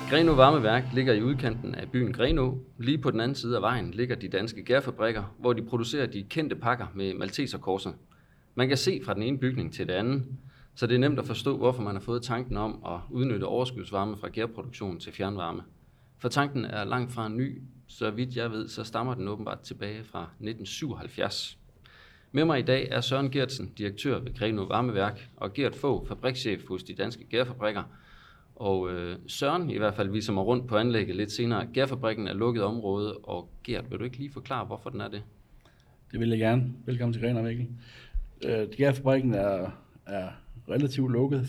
Grenaa Varmeværk ligger i udkanten af byen Grenaa. Lige på den anden side af vejen ligger de danske gærfabrikker, hvor de producerer de kendte pakker med malteserkorset. Man kan se fra den ene bygning til det andet, så det er nemt at forstå, hvorfor man har fået tanken om at udnytte overskudsvarme fra gærproduktion til fjernvarme. For tanken er langt fra ny, så vidt jeg ved, så stammer den åbenbart tilbage fra 1977. Med mig i dag er Søren Gertsen, direktør ved Grenaa Varmeværk, og Gert Fogh, fabrikschef hos de danske gærfabrikker. Og Søren i hvert fald viser mig rundt på anlægget lidt senere. Gærfabrikken er lukket område, og Gert, vil du ikke lige forklare, hvorfor den er det? Det vil jeg gerne. Velkommen til Grenaa, Mikkel. Gærfabrikken er relativt lukket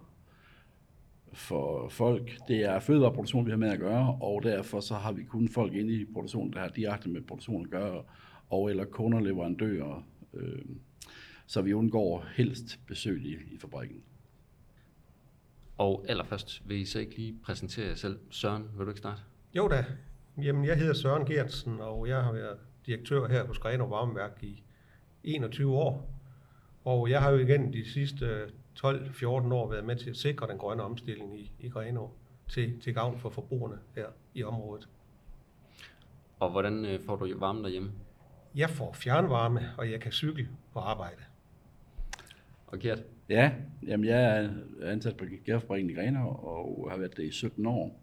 for folk. Det er fødevareproduktion, vi har med at gøre, og derfor så har vi kun folk inde i produktionen, der har direkte med produktion at gøre, og eller kunder, leverandører, så vi undgår helst besøg i fabrikken. Og allerførst vil I så ikke lige præsentere jer selv. Søren, vil du ikke starte? Jo da. Jamen, jeg hedder Søren Gertsen, og jeg har været direktør her hos Grenaa Varmeværk i 21 år. Og jeg har jo igen de sidste 12-14 år været med til at sikre den grønne omstilling i Grenaa til gavn for forbrugerne her i området. Og hvordan får du varme derhjemme? Jeg får fjernvarme, og jeg kan cykle på arbejde. Og Gert? Ja, jamen jeg er ansat på gærfabrikken i Grenaa og har været det i 17 år.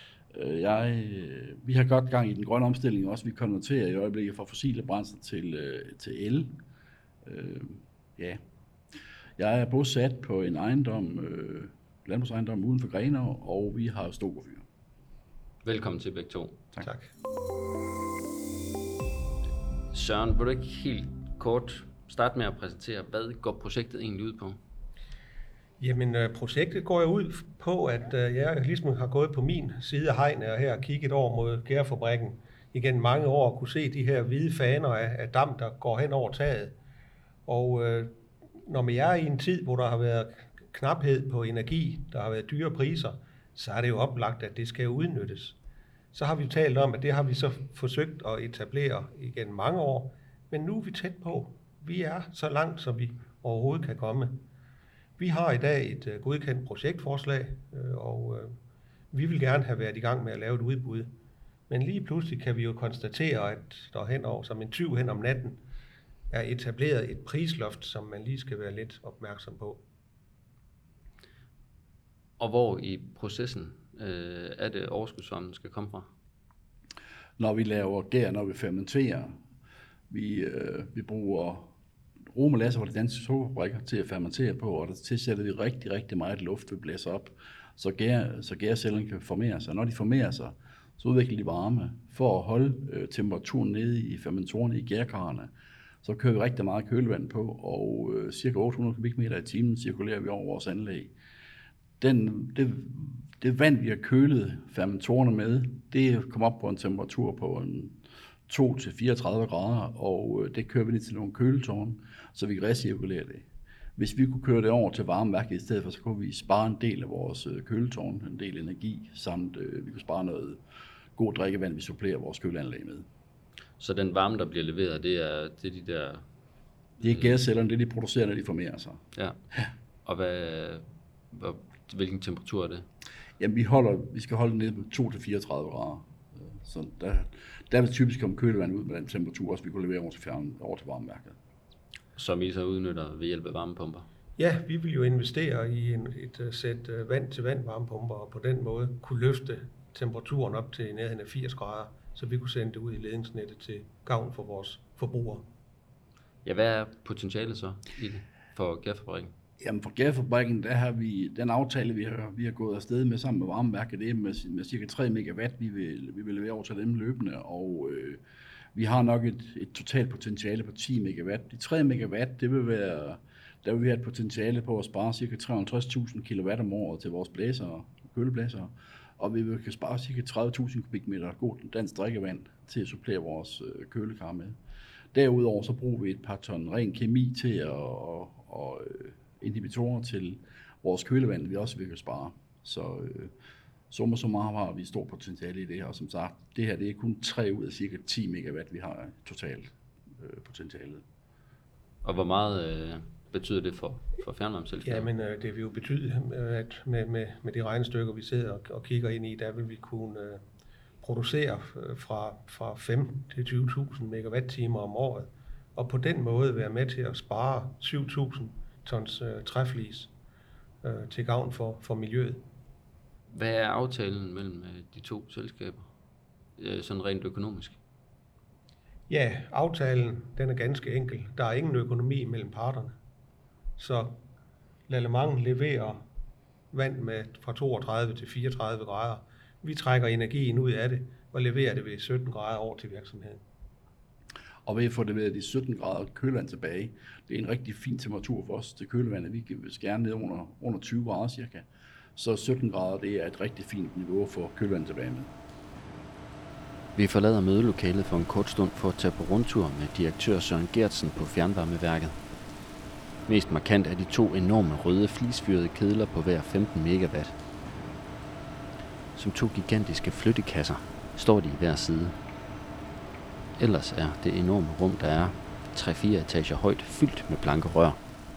Vi har godt gang i den grønne omstilling også. Vi konverterer i øjeblikket fra fossile brændsler til el. Ja. Jeg er bosat på en ejendom, landbrugsejendom uden for Grenaa, og vi har stokerfyr. Velkommen til begge to. Tak. Søren, vil du ikke helt kort starte med at præsentere, hvad går projektet egentlig ud på? Jamen, projektet går jo ud på, at jeg ligesom har gået på min side af hegnet og her kigget over mod gærfabrikken igen mange år og kunne se de her hvide faner af dam, der går hen over taget. Og når man er i en tid, hvor der har været knaphed på energi, der har været dyre priser, så er det jo oplagt, at det skal udnyttes. Så har vi talt om, at det har vi så forsøgt at etablere igen mange år, men nu er vi tæt på. Vi er så langt, som vi overhovedet kan komme. Vi har i dag et godkendt projektforslag, og vi vil gerne have været i gang med at lave et udbud. Men lige pludselig kan vi jo konstatere, at der henover som en tyv hen om natten er etableret et prisloft, som man lige skal være lidt opmærksom på. Og hvor i processen er det overskudsvarmen skal komme fra? Når vi laver gær, når vi fermenterer, vi bruger romelasser fra de danske sukkerfabrikker til at fermentere på, og der tilsætter vi rigtig, rigtig meget luft, vi blæser op, så gærcellerne kan formere sig. Når de formerer sig, så udvikler de varme. For at holde temperaturen nede i fermentorerne, i gærkarrene, så kører vi rigtig meget kølevand på, og cirka 800 kubikmeter i timen cirkulerer vi over vores anlæg. Det vand, vi har kølet fermentorerne med, det kommer op på en temperatur på en 2-34 grader, og det kører vi ned til nogle køletårne, så vi kan recirkulere det. Hvis vi kunne køre det over til varmeværket i stedet for, så kunne vi spare en del af vores køletårne, en del energi, samt vi kunne spare noget god drikkevand, vi supplerer vores køleanlæg med. Så den varme, der bliver leveret, det er de der... Det er gærcellerne, det de producerer, når de formerer sig. Ja. Og hvilken temperatur er det? Jamen, vi skal holde den nede på 2-34 grader. Så der vil typisk komme kølevand ud med den temperatur, også vi kunne levere over til varmeværket. Som I så udnytter ved hjælp af varmepumper? Ja, vi vil jo investere i et sæt vand-til-vand varmepumper, og på den måde kunne løfte temperaturen op til nærheden af 80 grader, så vi kunne sende det ud i ledningsnettet til gavn for vores forbrugere. Ja, hvad er potentialet så i det for gærfabrikken? Jamen for gærfabrikken, der har vi den aftale, vi har gået afsted med sammen med varmeværket, det er med cirka 3 megawatt, vi vil levere over til dem løbende, og vi har nok et totalt potentiale på 10 megawatt. De 3 megawatt, der vil vi have et potentiale på at spare cirka 350.000 kilowatt om året til vores køleblæsere, og vi kan spare cirka 30.000 kubikmeter god dansk drikkevand til at supplere vores kølekar med. Derudover så bruger vi et par ton ren kemi til at inhibitorer til vores kølevand, vi også vil spare. Så summa summarum har vi stor potentiale i det her, og som sagt, det her det er kun 3 ud af cirka 10 megawatt, vi har totalt potentialet. Og hvor meget betyder det for fjernvarmeselskabet? Ja, men det vil jo betyde, at med de regnestykker, vi sidder og kigger ind i, der vil vi kunne producere fra 5 til 20.000 megawatt-timer om året, og på den måde være med til at spare 7.000 tons træflis til gavn for miljøet. Hvad er aftalen mellem de to selskaber, sådan rent økonomisk? Ja, aftalen den er ganske enkel. Der er ingen økonomi mellem parterne. Så Lallemang leverer vand fra 32 til 34 grader. Vi trækker energien ud af det og leverer det ved 17 grader over til virksomheden. Og ved at få det ved de 17 grader kølevand tilbage, det er en rigtig fin temperatur for os til kølevandet. Vi kan gerne ned under 20 grader cirka. Så 17 grader, det er et rigtig fint niveau for kølevandet tilbage med. Vi forlader mødelokalet for en kort stund for at tage på rundtur med direktør Søren Gertsen på fjernvarmeværket. Mest markant er de 2 enorme røde flisfyrede kedler på hver 15 megawatt. Som 2 gigantiske flyttekasser står de i hver side. Ellers er det enorme rum, der er 3-4 etager højt, fyldt med blanke rør.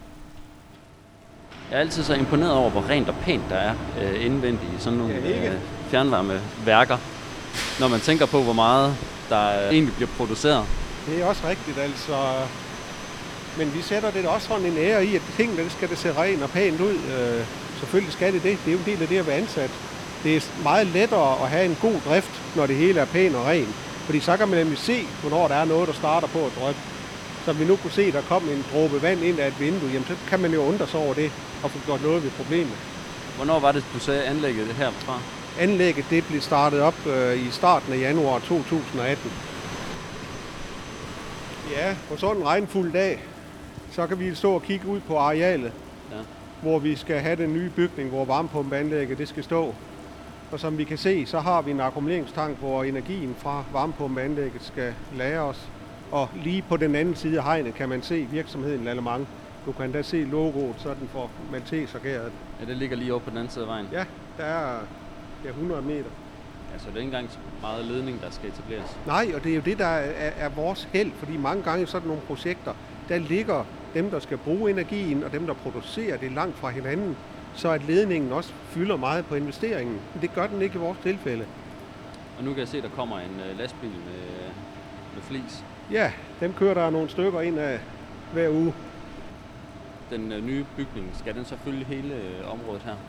Jeg er altid så imponeret over, hvor rent og pænt der er indvendigt i sådan nogle fjernvarmeværker, når man tænker på, hvor meget der egentlig bliver produceret. Det er også rigtigt, altså. Men vi sætter det også sådan en ære i, at tingene skal det se rent og pænt ud. Selvfølgelig skal det det. Det er jo en del af det at være ansat. Det er meget lettere at have en god drift, når det hele er pænt og rent. Fordi så kan man nemlig se, hvornår der er noget, der starter på at dryppe. Som vi nu kunne se, der kom en dråbe vand ind af et vindue, jamen så kan man jo undre sig over det og få gjort noget ved problemet. Hvornår var det, du sagde anlægget herfra? Anlægget det blev startet op i starten af januar 2018. Ja, på sådan en regnfuld dag, så kan vi stå og kigge ud på arealet, hvor vi skal have den nye bygning, hvor varmepumpeanlægget det skal stå. Og som vi kan se, så har vi en akkumuleringstank, hvor energien fra varmepumpeanlægget skal lagres. Og lige på den anden side af hegnet kan man se virksomheden Lallemang. Du kan da se logoet, så den får maltesergæret. Ja, det ligger lige oppe på den anden side af vejen. Ja, der er 100 meter. Ja, så det er ikke engang meget ledning, der skal etableres. Nej, og det er jo det, der er vores held, fordi mange gange i sådan nogle projekter, der ligger dem, der skal bruge energien, og dem, der producerer det langt fra hinanden, så at ledningen også fylder meget på investeringen. Men det gør den ikke i vores tilfælde. Og nu kan jeg se, at der kommer en lastbil med flis. Ja, dem kører der nogle stykker ind af hver uge. Den nye bygning, skal den så følge hele området her?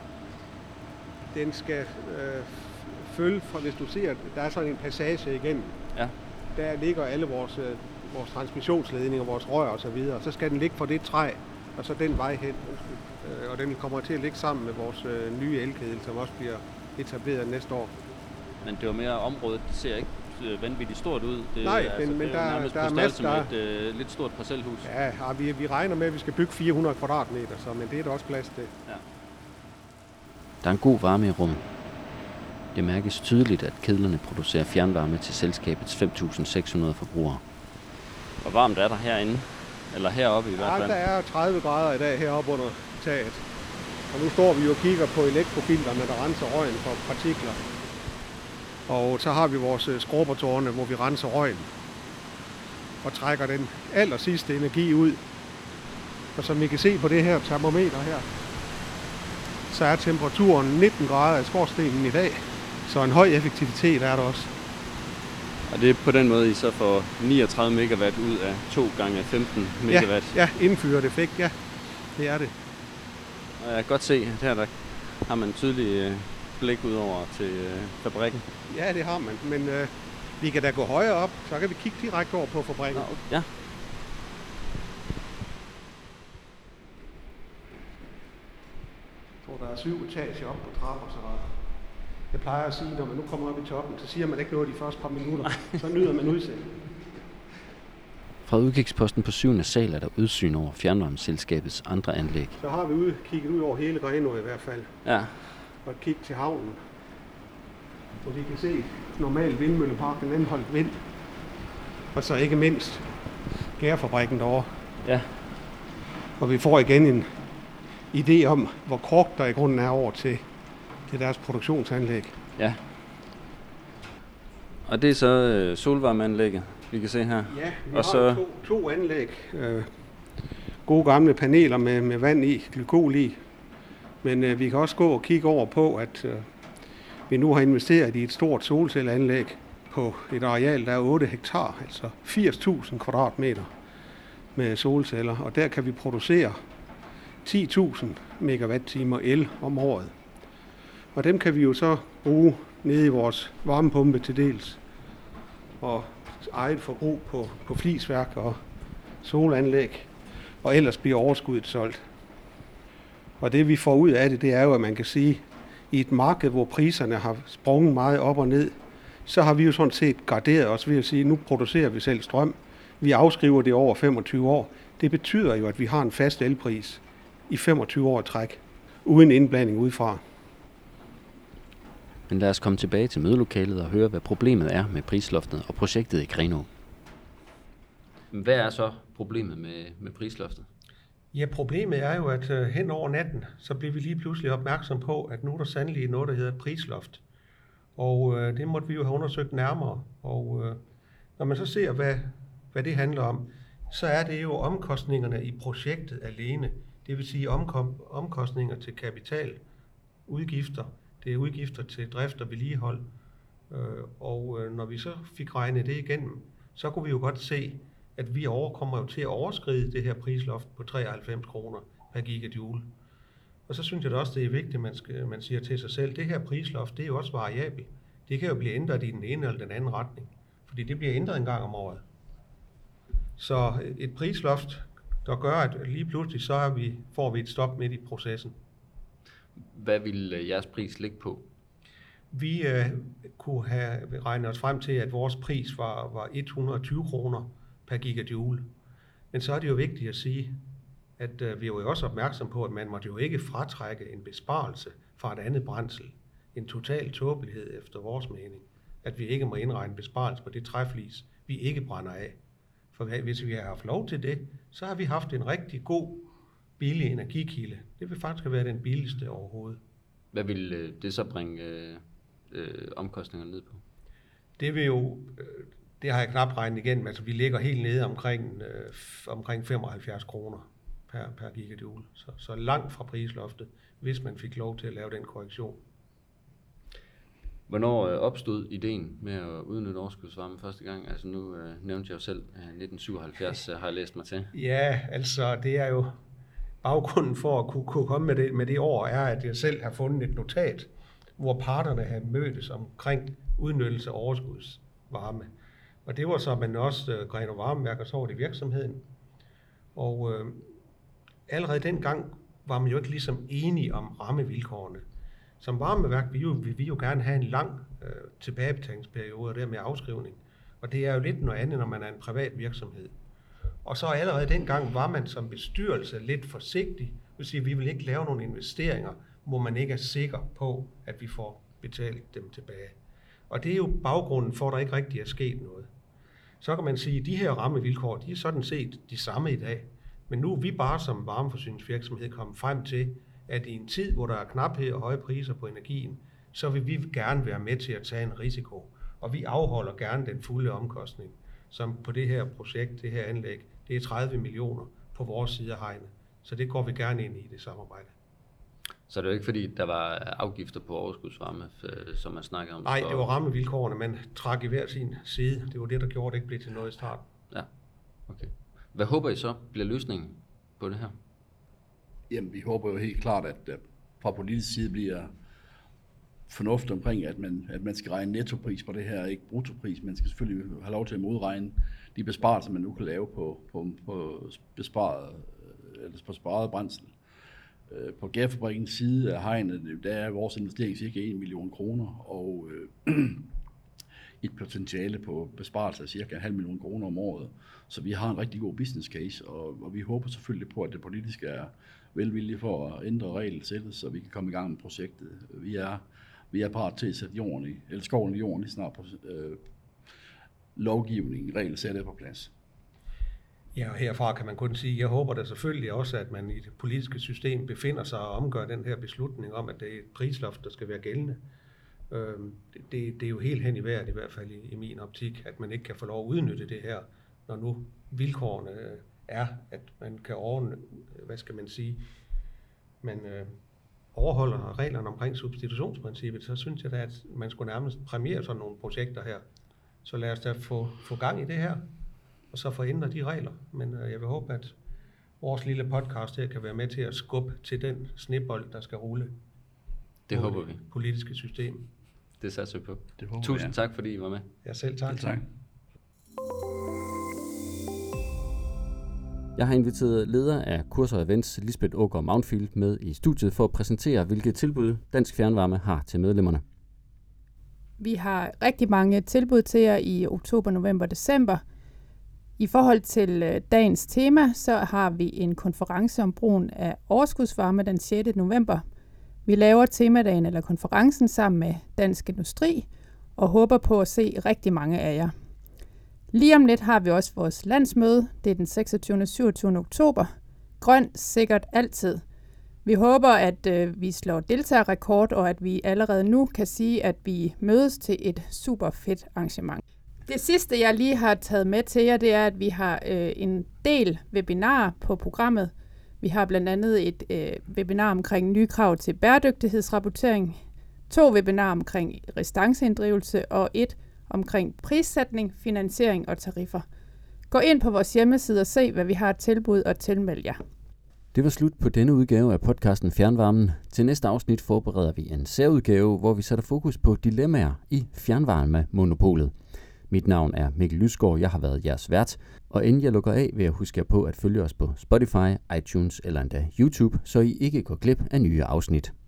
Den skal følge, fra hvis du ser, der er sådan en passage igennem. Ja. Der ligger alle vores transmissionsledninger, vores rør og så videre. Så skal den ligge fra det træ, og så den vej hen. Og den kommer til at ligge sammen med vores nye elkedel, som også bliver etableret næste år. Men det var mere området, det ser ikke vanvittigt stort ud. Det, nej, altså, men det er der er masser af et lidt stort parcelhus. Ja, vi regner med, at vi skal bygge 400 kvadratmeter, så, men det er der også plads til. Ja. Der er en god varme i rummet. Det mærkes tydeligt, at kedlerne producerer fjernvarme til selskabets 5.600 forbrugere. Hvor varmt er der herinde? Eller heroppe i hvert fald? Ja, der er 30 grader i dag heroppe under taget. Og nu står vi jo og kigger på elektrofilterne, der renser røgen for partikler. Og så har vi vores skrubbertårne, hvor vi renser røgen og trækker den aller sidste energi ud. Og som vi kan se på det her termometer her, så er temperaturen 19 grader i skorstenen i dag. Så en høj effektivitet er der også. Og det er på den måde, I så får 39 megawatt ud af 2 gange 15 megawatt? Ja, indfyret effekt, ja. Det er det. Og jeg kan godt se, at her der har man tydelig blik ud over til fabrikken. Ja, det har man, men vi kan da gå højere op, så kan vi kigge direkte over på fabrikken. Ja. Jeg tror, der er 7 etager op på trapper, så jeg plejer at sige, når man nu kommer op i toppen, så siger man ikke noget de første par minutter. Så nyder man udsigten. Fra udkigsposten på 7. sal er der udsyn over fjernvarmeselskabets andre anlæg. Så har vi kigget ud over hele Grenaa i hvert fald. Ja. Og kigge til havnen. Og vi kan se normalt vindmøllepark, den anholdt vind. Og så ikke mindst gærfabrikken derovre. Ja. Og vi får igen en idé om, hvor kort der i grunden er over til deres produktionsanlæg. Ja. Og det er så solvarmeanlægget, vi kan se her. Ja, vi og har så to anlæg. gode gamle paneler med vand i, glykol i. Men vi kan også gå og kigge over på, at vi nu har investeret i et stort solcelleanlæg på et areal, der er 8 hektar, altså 80.000 kvadratmeter med solceller. Og der kan vi producere 10.000 megawatt-timer el om året. Og dem kan vi jo så bruge nede i vores varmepumpe til dels. Og eget forbrug på flisværk og solanlæg. Og ellers bliver overskuddet solgt. Og det vi får ud af det, det er jo, at man kan sige, i et marked, hvor priserne har sprunget meget op og ned, så har vi jo sådan set garderet os ved at sige, nu producerer vi selv strøm. Vi afskriver det over 25 år. Det betyder jo, at vi har en fast elpris i 25 år træk, uden indblanding udefra. Men lad os komme tilbage til mødelokalet og høre, hvad problemet er med prisloftet og projektet i Grenaa. Hvad er så problemet med prisloftet? Ja, problemet er jo, at hen over natten, så bliver vi lige pludselig opmærksom på, at nu er der sandelig noget, der hedder et prisloft. Og det måtte vi jo have undersøgt nærmere. Og når man så ser, hvad det handler om, så er det jo omkostningerne i projektet alene. Det vil sige omkostninger til kapital, udgifter, det er udgifter til drift og vedligehold. Og når vi så fik regnet det igennem, så kunne vi jo godt se, at vi kommer jo til at overskride det her prisloft på 93 kroner per gigajoule. Og så synes jeg da også, det er vigtigt, at man siger til sig selv, at det her prisloft, det er jo også variabelt. Det kan jo blive ændret i den ene eller den anden retning, fordi det bliver ændret en gang om året. Så et prisloft, der gør, at lige pludselig så får vi et stop midt i processen. Hvad vil jeres pris ligge på? Vi kunne have regnet os frem til, at vores pris var 120 kroner per gigajoule. Men så er det jo vigtigt at sige, at vi er jo også opmærksom på, at man måtte jo ikke fratrække en besparelse fra et andet brændsel. En total tåbelighed efter vores mening, at vi ikke må indregne besparelse på det træflis, vi ikke brænder af. For hvis vi har haft lov til det, så har vi haft en rigtig god, billig energikilde. Det vil faktisk have været den billigste overhovedet. Hvad vil det så bringe omkostningerne ned på? Det vil jo, det har jeg knap regnet igen, altså vi ligger helt nede omkring 75 kroner per gigajoule. Så langt fra prisloftet, hvis man fik lov til at lave den korrektion. Hvornår opstod ideen med at udnytte overskudsvarme første gang? Altså nu nævnte jeg jo selv 1977, har jeg læst mig til. Ja, altså det er jo baggrunden for at kunne komme med det år, er, at jeg selv har fundet et notat, hvor parterne har mødtes omkring udnyttelse af overskudsvarme. Og det var så, man også Grenaa Varmeværk, og så var det virksomheden. Og allerede dengang var man jo ikke ligesom enige om rammevilkårene. Som varmeværk vil vi jo gerne have en lang tilbagebetalingsperiode og dermed afskrivning. Og det er jo lidt noget andet, når man er en privat virksomhed. Og så allerede dengang var man som bestyrelse lidt forsigtig. Det vil sige, at vi vil ikke lave nogle investeringer, hvor man ikke er sikker på, at vi får betalt dem tilbage. Og det er jo baggrunden for, at der ikke rigtig er sket noget. Så kan man sige, at de her rammevilkår, de er sådan set de samme i dag. Men nu er vi bare som varmeforsyningsvirksomhed kommet frem til, at i en tid, hvor der er knaphed og høje priser på energien, så vil vi gerne være med til at tage en risiko. Og vi afholder gerne den fulde omkostning, som på det her projekt, det her anlæg, det er 30 millioner på vores side af hegnet. Så det går vi gerne ind i det samarbejde. Så det er jo ikke fordi, der var afgifter på overskudsvarme, som man snakker om? Nej, det var rammevilkårene, man trak i hver sin side. Det var det, der gjorde, at det ikke blev til noget i starten. Ja, okay. Hvad håber I så bliver løsningen på det her? Jamen, vi håber jo helt klart, at fra politisk side bliver fornuft omkring, at man skal regne nettopris på det her, ikke bruttopris. Man skal selvfølgelig have lov til at modregne de besparelser, man nu kan lave på sparet brændsel. På gærfabrikkens side af hegnet, der er vores investering cirka 1 million kroner, og et potentiale på besparelser af cirka 0,5 million kroner om året. Så vi har en rigtig god business case, og vi håber selvfølgelig på, at det politiske er velvillige for at ændre regelsættet, så vi kan komme i gang med projektet. Vi er parat til at sætte skoven i jorden lige snart på lovgivningen, regelsættet på plads. Ja, og herfra kan man kun sige, at jeg håber da selvfølgelig også, at man i det politiske system befinder sig og omgør den her beslutning om, at det er et prisloft, der skal være gældende. Det er jo helt hen i vejret, i hvert fald i min optik, at man ikke kan få lov at udnytte det her, når nu vilkårene er, at man kan man overholder reglerne omkring substitutionsprincippet, så synes jeg da, at man skulle nærmest præmiere sådan nogle projekter her. Så lad os da få gang i det her, og så få ændret de regler. Men jeg vil håbe, at vores lille podcast her kan være med til at skubbe til den snebold, der skal rulle. Det håber vi. Politiske system. Det satser vi på. Det Tusind tak, fordi I var med. Ja, selv tak. Selv tak. Jeg har inviteret leder af Kurser og Events, Lisbeth Aagaard Mountfield, med i studiet for at præsentere, hvilke tilbud Dansk Fjernvarme har til medlemmerne. Vi har rigtig mange tilbud til jer i oktober, november og december. I forhold til dagens tema, så har vi en konference om brugen af overskudsvarme den 6. november. Vi laver temadagen eller konferencen sammen med Dansk Industri og håber på at se rigtig mange af jer. Lige om lidt har vi også vores landsmøde. Det er den 26. og 27. oktober. Grøn, sikkert altid. Vi håber, at vi slår deltagerrekord, og at vi allerede nu kan sige, at vi mødes til et super fedt arrangement. Det sidste, jeg lige har taget med til jer, det er, at vi har en del webinarer på programmet. Vi har blandt andet et webinar omkring nye krav til bæredygtighedsrapportering, 2 webinarer omkring restanceinddrivelse og et omkring prissætning, finansiering og tariffer. Gå ind på vores hjemmeside og se, hvad vi har tilbud og tilmeld jer. Det var slut på denne udgave af podcasten Fjernvarmen. Til næste afsnit forbereder vi en særudgave, hvor vi sætter fokus på dilemmaer i fjernvarmemonopolet. Mit navn er Mikkel Lysgaard, jeg har været jeres vært, og inden jeg lukker af, vil jeg huske jer på at følge os på Spotify, iTunes eller endda YouTube, så I ikke går glip af nye afsnit.